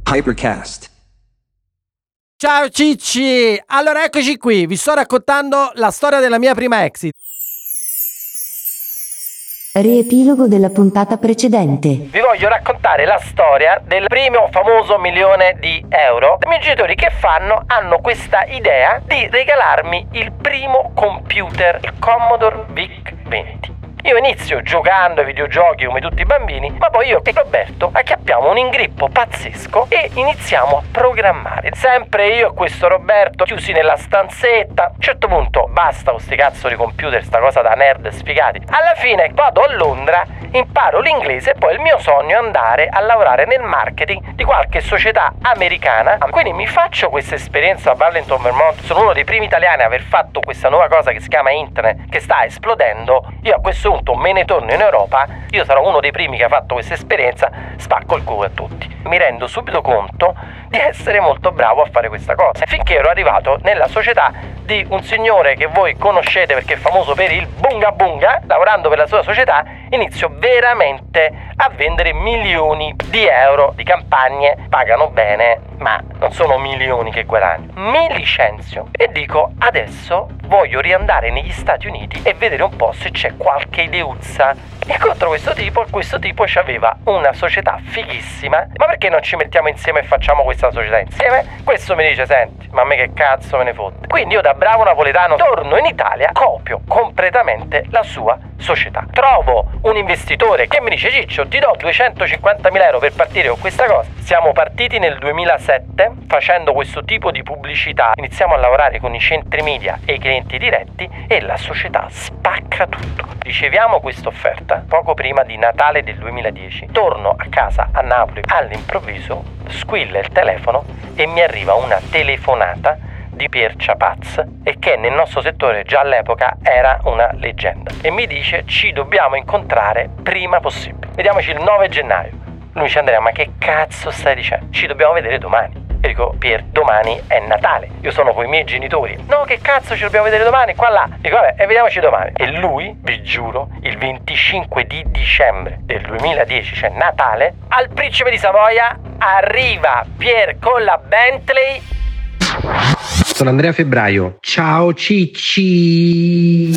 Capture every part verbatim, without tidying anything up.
Hypercast. Ciao Cicci! Allora eccoci qui, vi sto raccontando la storia della mia prima exit. Riepilogo della puntata precedente. Vi voglio raccontare la storia del primo famoso milione di euro. I miei genitori che fanno? Hanno questa idea di regalarmi il primo computer, il Commodore VIC venti. Io inizio giocando ai videogiochi come tutti i bambini, ma poi io e Roberto acchiappiamo un ingrippo pazzesco e iniziamo a programmare. Sempre io e questo Roberto chiusi nella stanzetta. A un certo punto basta con sti cazzo di computer, sta cosa da nerd sfigati. Alla fine vado a Londra, imparo l'inglese e poi il mio sogno è andare a lavorare nel marketing di qualche società americana. Quindi mi faccio questa esperienza a Burlington, Vermont. Sono uno dei primi italiani a aver fatto questa nuova cosa che si chiama internet, che sta esplodendo. Io a questo punto me ne torno in Europa, io sarò uno dei primi che ha fatto questa esperienza, spacco il culo a tutti. Mi rendo subito conto di essere molto bravo a fare questa cosa, finché ero arrivato nella società di un signore che voi conoscete perché è famoso per il bunga bunga. Lavorando per la sua società inizio veramente a vendere milioni di euro di campagne, pagano bene ma non sono milioni che guadagno. Mi licenzio e dico adesso voglio riandare negli Stati Uniti e vedere un po' se c'è qualche ideuzza. Incontro questo tipo e questo tipo aveva una società fighissima. Ma perché non ci mettiamo insieme e facciamo questa società insieme? Questo mi dice senti, ma a me che cazzo me ne fotte. Quindi io da bravo napoletano torno in Italia, copio completamente la sua società. Trovo un investitore che mi dice Ciccio ti do duecentocinquantamila euro per partire con questa cosa. Siamo partiti nel duemilasette facendo questo tipo di pubblicità. Iniziamo a lavorare con i centri media e i clienti diretti e la società spacca tutto. Riceviamo questa offerta poco prima di Natale del duemiladieci. Torno a casa a Napoli, all'improvviso squilla il telefono e mi arriva una telefonata di Pier Ciapaz, e che nel nostro settore già all'epoca era una leggenda, e mi dice ci dobbiamo incontrare prima possibile, vediamoci il nove gennaio. Lui dice Andrea ma che cazzo stai dicendo? Ci dobbiamo vedere domani. E dico Pier domani è Natale, io sono con i miei genitori. No che cazzo ci dobbiamo vedere domani qua là. Dico vabbè e vediamoci domani. E lui, vi giuro, il venticinque di dicembre del duemiladieci, cioè Natale, al Principe di Savoia arriva Pier con la Bentley. Sono Andrea Febbraio. Ciao Cicci.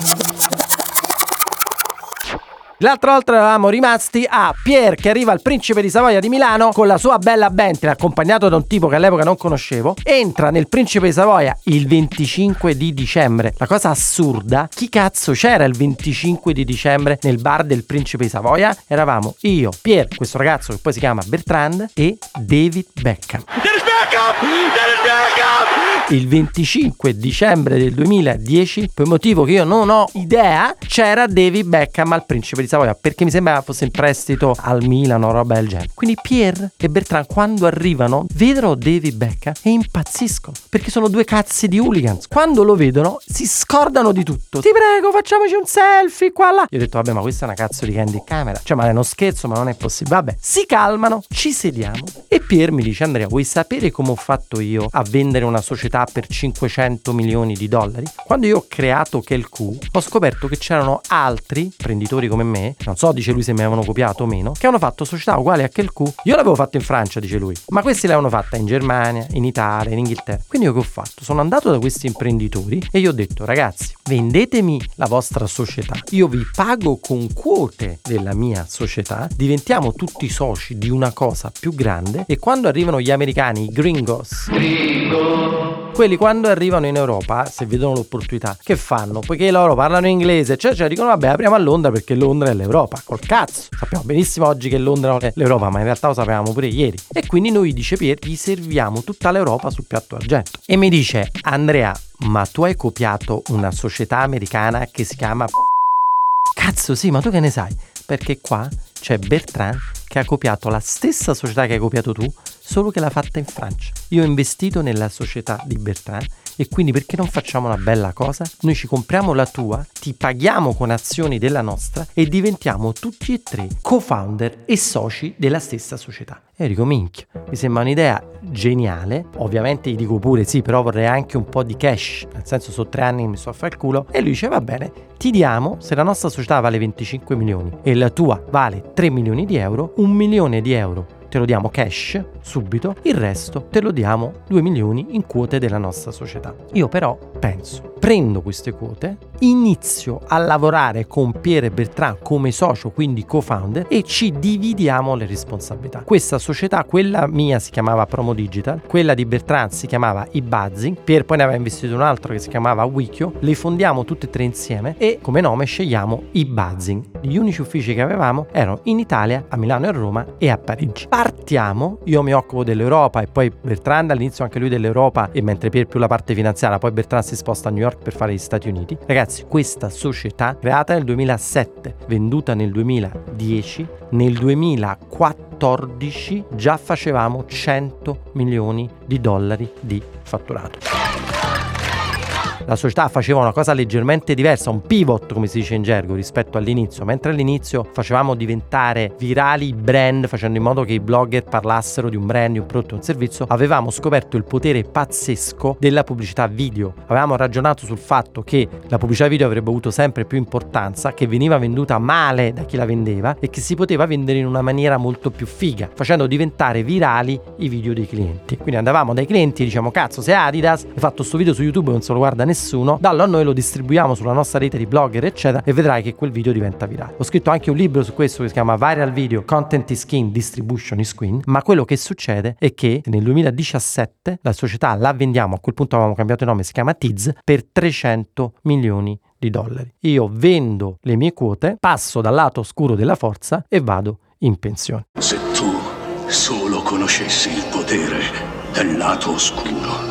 L'altra volta eravamo rimasti a Pier che arriva al Principe di Savoia di Milano con la sua bella Bentley, accompagnato da un tipo che all'epoca non conoscevo. Entra nel Principe di Savoia il venticinque di dicembre. La cosa assurda, chi cazzo c'era il venticinque di dicembre nel bar del Principe di Savoia? Eravamo io, Pier, questo ragazzo che poi si chiama Bertrand, e David Beckham. Dennis Beckham! Dennis Beckham! Il venticinque dicembre del duemiladieci, per motivo che io non ho idea, c'era David Beckham al Principe di Savoia, perché mi sembrava fosse in prestito al Milano o roba del genere. Quindi Pier e Bertrand quando arrivano vedono David Beckham e impazziscono, perché sono due cazzi di hooligans. Quando lo vedono si scordano di tutto. Ti prego facciamoci un selfie qua là. Io ho detto vabbè ma questa è una cazzo di candy camera, cioè ma è uno scherzo, ma non è possibile. Vabbè, si calmano, ci sediamo e Pier mi dice Andrea vuoi sapere come ho fatto io a vendere una società per cinquecento milioni di dollari? Quando io ho creato Kelku ho scoperto che c'erano altri imprenditori come me, non so dice lui se mi avevano copiato o meno, che hanno fatto società uguali a Kelku. Io l'avevo fatto in Francia dice lui, ma questi l'avevano fatta in Germania, in Italia, in Inghilterra. Quindi io che ho fatto? Sono andato da questi imprenditori e gli ho detto ragazzi vendetemi la vostra società, io vi pago con quote della mia società, diventiamo tutti soci di una cosa più grande e quando arrivano gli americani, i gringos, Gringo. Quelli quando arrivano in Europa, se vedono l'opportunità, che fanno? Poiché loro parlano inglese, cioè, cioè dicono vabbè apriamo a Londra perché Londra è l'Europa. Col cazzo, sappiamo benissimo oggi che Londra è l'Europa, ma in realtà lo sapevamo pure ieri. E quindi noi, dice Pier, gli serviamo tutta l'Europa sul piatto d'argento. E mi dice Andrea, ma tu hai copiato una società americana che si chiama Cazzo sì, ma tu che ne sai? Perché qua c'è Bertrand che ha copiato la stessa società che hai copiato tu, solo che l'ha fatta in Francia. Io ho investito nella società di Bertrand e quindi perché non facciamo una bella cosa? Noi ci compriamo la tua, ti paghiamo con azioni della nostra e diventiamo tutti e tre co-founder e soci della stessa società. E io dico minchia, mi sembra un'idea geniale. Ovviamente gli dico pure sì, però vorrei anche un po' di cash, nel senso sono tre anni che mi sto a fare il culo. E lui dice va bene, ti diamo, se la nostra società vale venticinque milioni e la tua vale tre milioni di euro, un milione di euro te lo diamo cash subito, il resto te lo diamo due milioni in quote della nostra società. Io però penso, prendo queste quote, inizio a lavorare con Pierre Bertrand come socio, quindi co-founder, e ci dividiamo le responsabilità. Questa società, quella mia si chiamava Promo Digital, quella di Bertrand si chiamava eBuzzing, Pierre poi ne aveva investito un altro che si chiamava Wikio, le fondiamo tutte e tre insieme e come nome scegliamo eBuzzing. Gli unici uffici che avevamo erano in Italia, a Milano e a Roma e a Parigi. Partiamo, io mi occupo dell'Europa e poi Bertrand all'inizio anche lui dell'Europa, e mentre Pierre più la parte finanziaria, poi Bertrand si sposta a New York per fare gli Stati Uniti. Ragazzi, questa società creata nel duemilasette, venduta nel duemiladieci, nel duemilaquattordici già facevamo cento milioni di dollari di fatturato. La società faceva una cosa leggermente diversa, un pivot come si dice in gergo rispetto all'inizio. Mentre all'inizio facevamo diventare virali i brand facendo in modo che i blogger parlassero di un brand, di un prodotto, un servizio, avevamo scoperto il potere pazzesco della pubblicità video. Avevamo ragionato sul fatto che la pubblicità video avrebbe avuto sempre più importanza, che veniva venduta male da chi la vendeva e che si poteva vendere in una maniera molto più figa, facendo diventare virali i video dei clienti. Quindi andavamo dai clienti e diciamo: cazzo, se Adidas hai fatto sto video su YouTube e non se lo guarda nessuno, dallo a noi, lo distribuiamo sulla nostra rete di blogger eccetera e vedrai che quel video diventa virale. Ho scritto anche un libro su questo che si chiama Viral Video, Content is King, Distribution is Queen. Ma quello che succede è che nel duemiladiciassette la società la vendiamo, a quel punto avevamo cambiato nome, si chiama Tiz, per trecento milioni di dollari. Io vendo le mie quote, passo dal lato oscuro della forza e vado in pensione. Se tu solo conoscessi il potere del lato oscuro.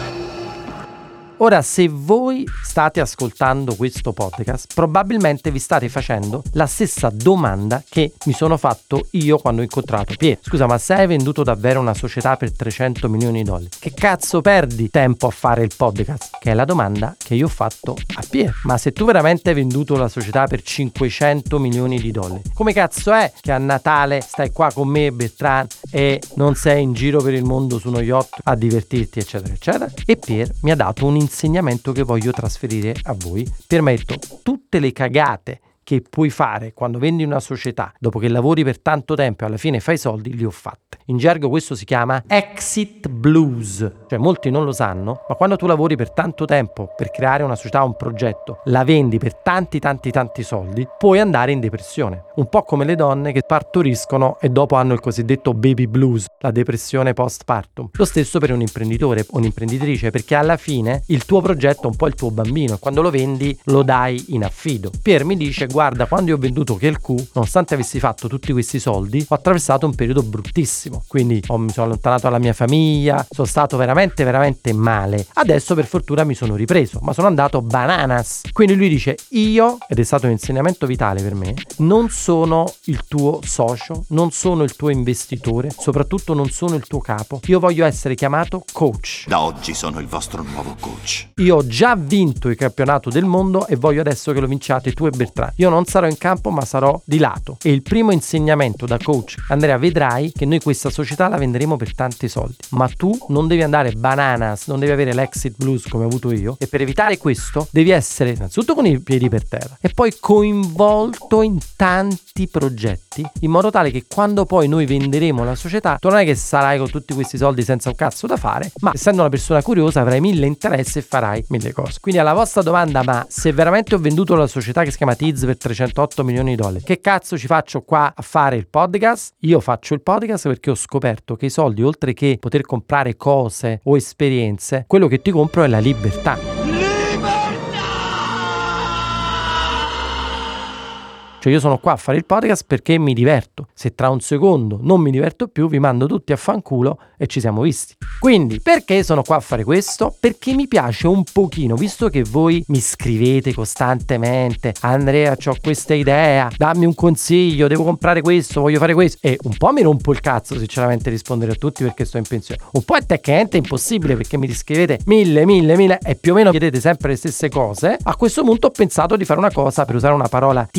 Ora, se voi state ascoltando questo podcast, probabilmente vi state facendo la stessa domanda che mi sono fatto io quando ho incontrato Pier. Scusa, ma se hai venduto davvero una società per trecento milioni di dollari, che cazzo perdi tempo a fare il podcast? Che è la domanda che io ho fatto a Pier. Ma se tu veramente hai venduto la società per cinquecento milioni di dollari, come cazzo è che a Natale stai qua con me, Bertrand, e non sei in giro per il mondo su uno yacht a divertirti, eccetera, eccetera? E Pier mi ha dato un insegnamento che voglio trasferire a voi. Permetto tutte le cagate che puoi fare quando vendi una società dopo che lavori per tanto tempo e alla fine fai soldi, li ho fatte. In gergo questo si chiama exit blues, cioè molti non lo sanno, ma quando tu lavori per tanto tempo per creare una società o un progetto, la vendi per tanti tanti tanti soldi, puoi andare in depressione, un po' come le donne che partoriscono e dopo hanno il cosiddetto baby blues, la depressione postpartum. Lo stesso per un imprenditore o un'imprenditrice, perché alla fine il tuo progetto è un po' il tuo bambino e quando lo vendi lo dai in affido. Pier mi dice: guarda, quando io ho venduto K L Q, nonostante avessi fatto tutti questi soldi, ho attraversato un periodo bruttissimo, quindi ho, mi sono allontanato dalla mia famiglia, sono stato veramente veramente male. Adesso per fortuna mi sono ripreso, ma sono andato bananas. Quindi lui dice: io, ed è stato un insegnamento vitale per me, non sono il tuo socio, non sono il tuo investitore, soprattutto non sono il tuo capo, io voglio essere chiamato coach. Da oggi sono il vostro nuovo coach. Io ho già vinto il campionato del mondo e voglio adesso che lo vinciate tu e Bertrand. Io non sarò in campo ma sarò di lato. E il primo insegnamento da coach: Andrea, vedrai che noi questa società la venderemo per tanti soldi, ma tu non devi andare bananas, non devi avere l'exit blues come ho avuto io, e per evitare questo devi essere innanzitutto con i piedi per terra e poi coinvolto in tanti progetti, in modo tale che quando poi noi venderemo la società tu non è che sarai con tutti questi soldi senza un cazzo da fare, ma essendo una persona curiosa avrai mille interessi e farai mille cose. Quindi alla vostra domanda: ma se veramente ho venduto la società che si chiama Tiz per trecentotto milioni di dollari, che cazzo ci faccio qua a fare il podcast? Io faccio il podcast perché ho scoperto che i soldi, oltre che poter comprare cose o esperienze, quello che ti compro è la libertà. Cioè io sono qua a fare il podcast perché mi diverto. Se tra un secondo non mi diverto più, vi mando tutti a fanculo e ci siamo visti. Quindi perché sono qua a fare questo? Perché mi piace un pochino, visto che voi mi scrivete costantemente: Andrea, c'ho questa idea, dammi un consiglio, devo comprare questo, voglio fare questo, e un po' mi rompo il cazzo sinceramente rispondere a tutti perché sto in pensione, un po' è tecnicamente impossibile perché mi scrivete mille mille mille e più o meno chiedete sempre le stesse cose. A questo punto ho pensato di fare una cosa, per usare una parola tipica del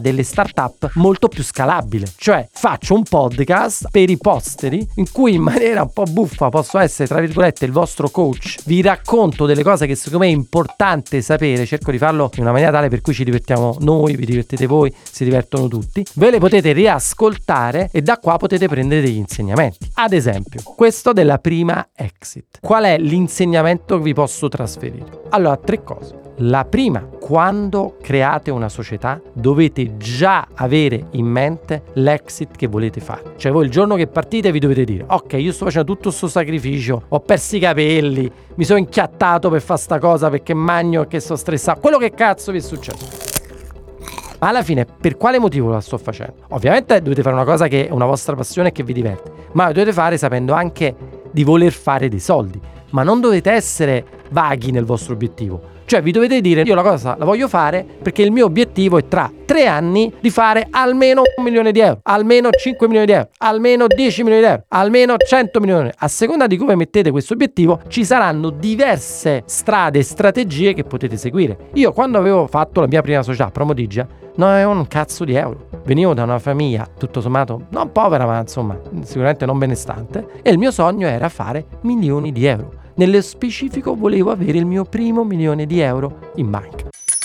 delle startup molto più scalabile. Cioè faccio un podcast per i posteri in cui in maniera un po' buffa posso essere, tra virgolette, il vostro coach, vi racconto delle cose che secondo me è importante sapere, cerco di farlo in una maniera tale per cui ci divertiamo noi, vi divertite voi, si divertono tutti, ve le potete riascoltare e da qua potete prendere degli insegnamenti. Ad esempio questo della prima exit. Qual è l'insegnamento che vi posso trasferire? Allora, tre cose. La prima, quando create una società dovete già avere in mente l'exit che volete fare. Cioè voi il giorno che partite vi dovete dire: ok, io sto facendo tutto questo sacrificio, ho perso i capelli, mi sono inchiattato per fare sta cosa perché magno e che sto stressato, quello che cazzo vi è successo. Ma alla fine per quale motivo la sto facendo? Ovviamente dovete fare una cosa che è una vostra passione e che vi diverte, ma lo dovete fare sapendo anche di voler fare dei soldi, ma non dovete essere vaghi nel vostro obiettivo. Cioè vi dovete dire: io la cosa la voglio fare perché il mio obiettivo è tra tre anni di fare almeno un milione di euro, almeno cinque milioni di euro, almeno dieci milioni di euro, almeno cento milioni. A seconda di come mettete questo obiettivo ci saranno diverse strade e strategie che potete seguire. Io quando avevo fatto la mia prima società, Promodigia, non avevo un cazzo di euro. Venivo da una famiglia tutto sommato non povera, ma insomma sicuramente non benestante, e il mio sogno era fare milioni di euro. Nello specifico volevo avere il mio primo milione di euro in banca.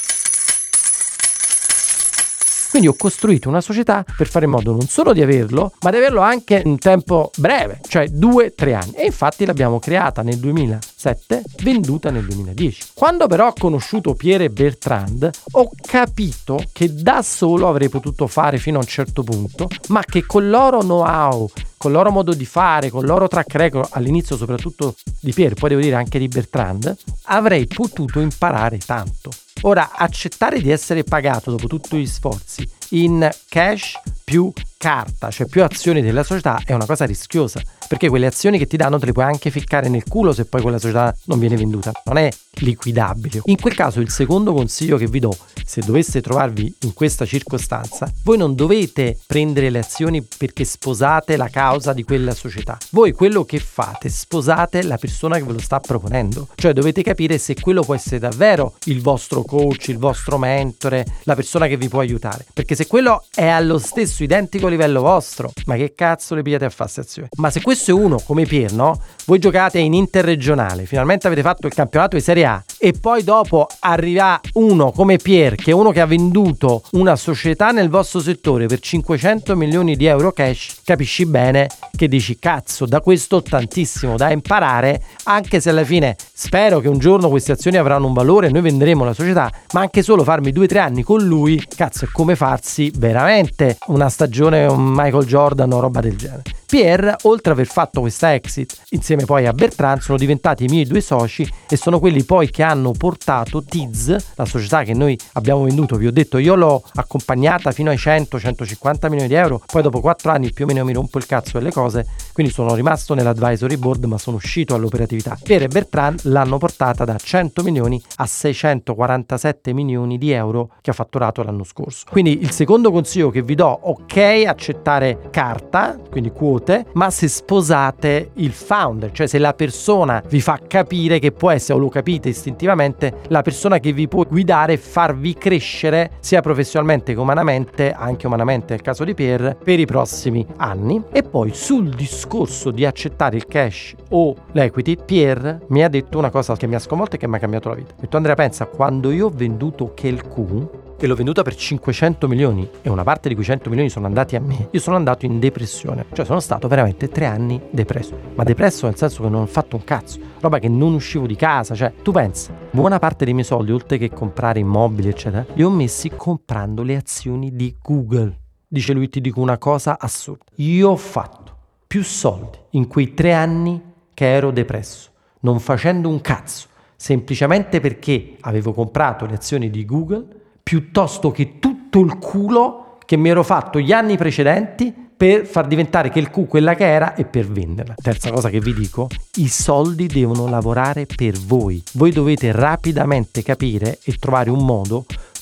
Quindi ho costruito una società per fare in modo non solo di averlo, ma di averlo anche in tempo breve, cioè due tre anni. E infatti l'abbiamo creata nel duemilasette, venduta nel duemiladieci. Quando però ho conosciuto Pierre e Bertrand, ho capito che da solo avrei potuto fare fino a un certo punto, ma che con il loro know-how, con il loro modo di fare, con il loro track record, all'inizio soprattutto di Pierre, poi devo dire anche di Bertrand, avrei potuto imparare tanto. Ora, accettare di essere pagato dopo tutti gli sforzi in cash più carta, cioè più azioni della società, è una cosa rischiosa, perché quelle azioni che ti danno te le puoi anche ficcare nel culo se poi quella società non viene venduta, non è liquidabile. In quel caso il secondo consiglio che vi do, se doveste trovarvi in questa circostanza, voi non dovete prendere le azioni perché sposate la causa di quella società. Voi quello che fate, sposate la persona che ve lo sta proponendo, cioè dovete capire se quello può essere davvero il vostro coach, il vostro mentore, la persona che vi può aiutare, perché se quello è allo stesso identico livello vostro, ma che cazzo le pigliate a fare queste azioni? Ma se questo è uno come Pier, no? Voi giocate in interregionale, finalmente avete fatto il campionato di Serie A e poi dopo arriva uno come Pier, che è uno che ha venduto una società nel vostro settore per cinquecento milioni di euro cash, capisci bene che dici: cazzo, da questo ho tantissimo da imparare, anche se alla fine spero che un giorno queste azioni avranno un valore e noi venderemo la società, ma anche solo farmi due o tre anni con lui, cazzo, è come farsi veramente una stagione un Michael Jordan o roba del genere. Pierre, oltre ad aver fatto questa exit insieme poi a Bertrand, sono diventati i miei due soci e sono quelli poi che hanno portato Tiz, la società che noi abbiamo venduto. Vi ho detto, io l'ho accompagnata fino ai cento centocinquanta milioni di euro, poi dopo quattro anni più o meno mi rompo il cazzo delle cose, quindi sono rimasto nell'advisory board ma sono uscito all'operatività. Pierre e Bertrand l'hanno portata da cento milioni a seicentoquarantasette milioni di euro che ha fatturato l'anno scorso. Quindi il secondo consiglio che vi do, ok, accettare carta, quindi quote, ma se sposate il founder, cioè se la persona vi fa capire che può essere, o lo capite istintivamente, la persona che vi può guidare e farvi crescere sia professionalmente che umanamente, anche umanamente nel caso di Pierre, per i prossimi anni. E poi sul discorso di accettare il cash o l'equity, Pierre mi ha detto una cosa che mi ha sconvolto e che mi ha cambiato la vita. Ha detto: Andrea, pensa, quando io ho venduto Kelku e l'ho venduta per cinquecento milioni e una parte di quei cento milioni sono andati a me, io sono andato in depressione, cioè sono stato veramente tre anni depresso, ma depresso nel senso che non ho fatto un cazzo, roba che non uscivo di casa. Cioè tu pensa, buona parte dei miei soldi, oltre che comprare immobili eccetera, li ho messi comprando le azioni di Google. Dice lui, ti dico una cosa assurda, io ho fatto più soldi in quei tre anni che ero depresso, non facendo un cazzo, semplicemente perché avevo comprato le azioni di Google piuttosto che tutto il culo che mi ero fatto gli anni precedenti per far diventare che il Q quella che era e per venderla. Terza cosa che vi dico, i soldi devono lavorare per voi. Voi dovete rapidamente capire e trovare un modo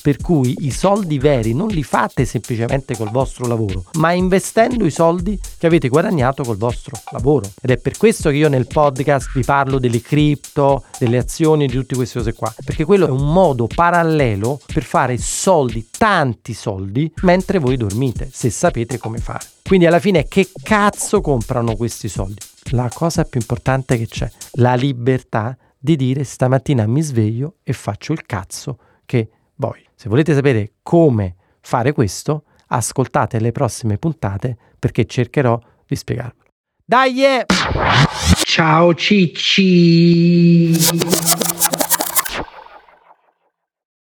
per cui i soldi veri non li fate semplicemente col vostro lavoro, ma investendo i soldi che avete guadagnato col vostro lavoro. Ed è per questo che io nel podcast vi parlo delle cripto, delle azioni, di tutte queste cose qua, perché quello è un modo parallelo per fare soldi, tanti soldi, mentre voi dormite, se sapete come fare. Quindi alla fine che cazzo comprano questi soldi? La cosa più importante che c'è, la libertà di dire stamattina mi sveglio e faccio il cazzo che voglio. Se volete sapere come fare questo, ascoltate le prossime puntate perché cercherò di spiegarvelo. Dai! Yeah! Ciao Cicci!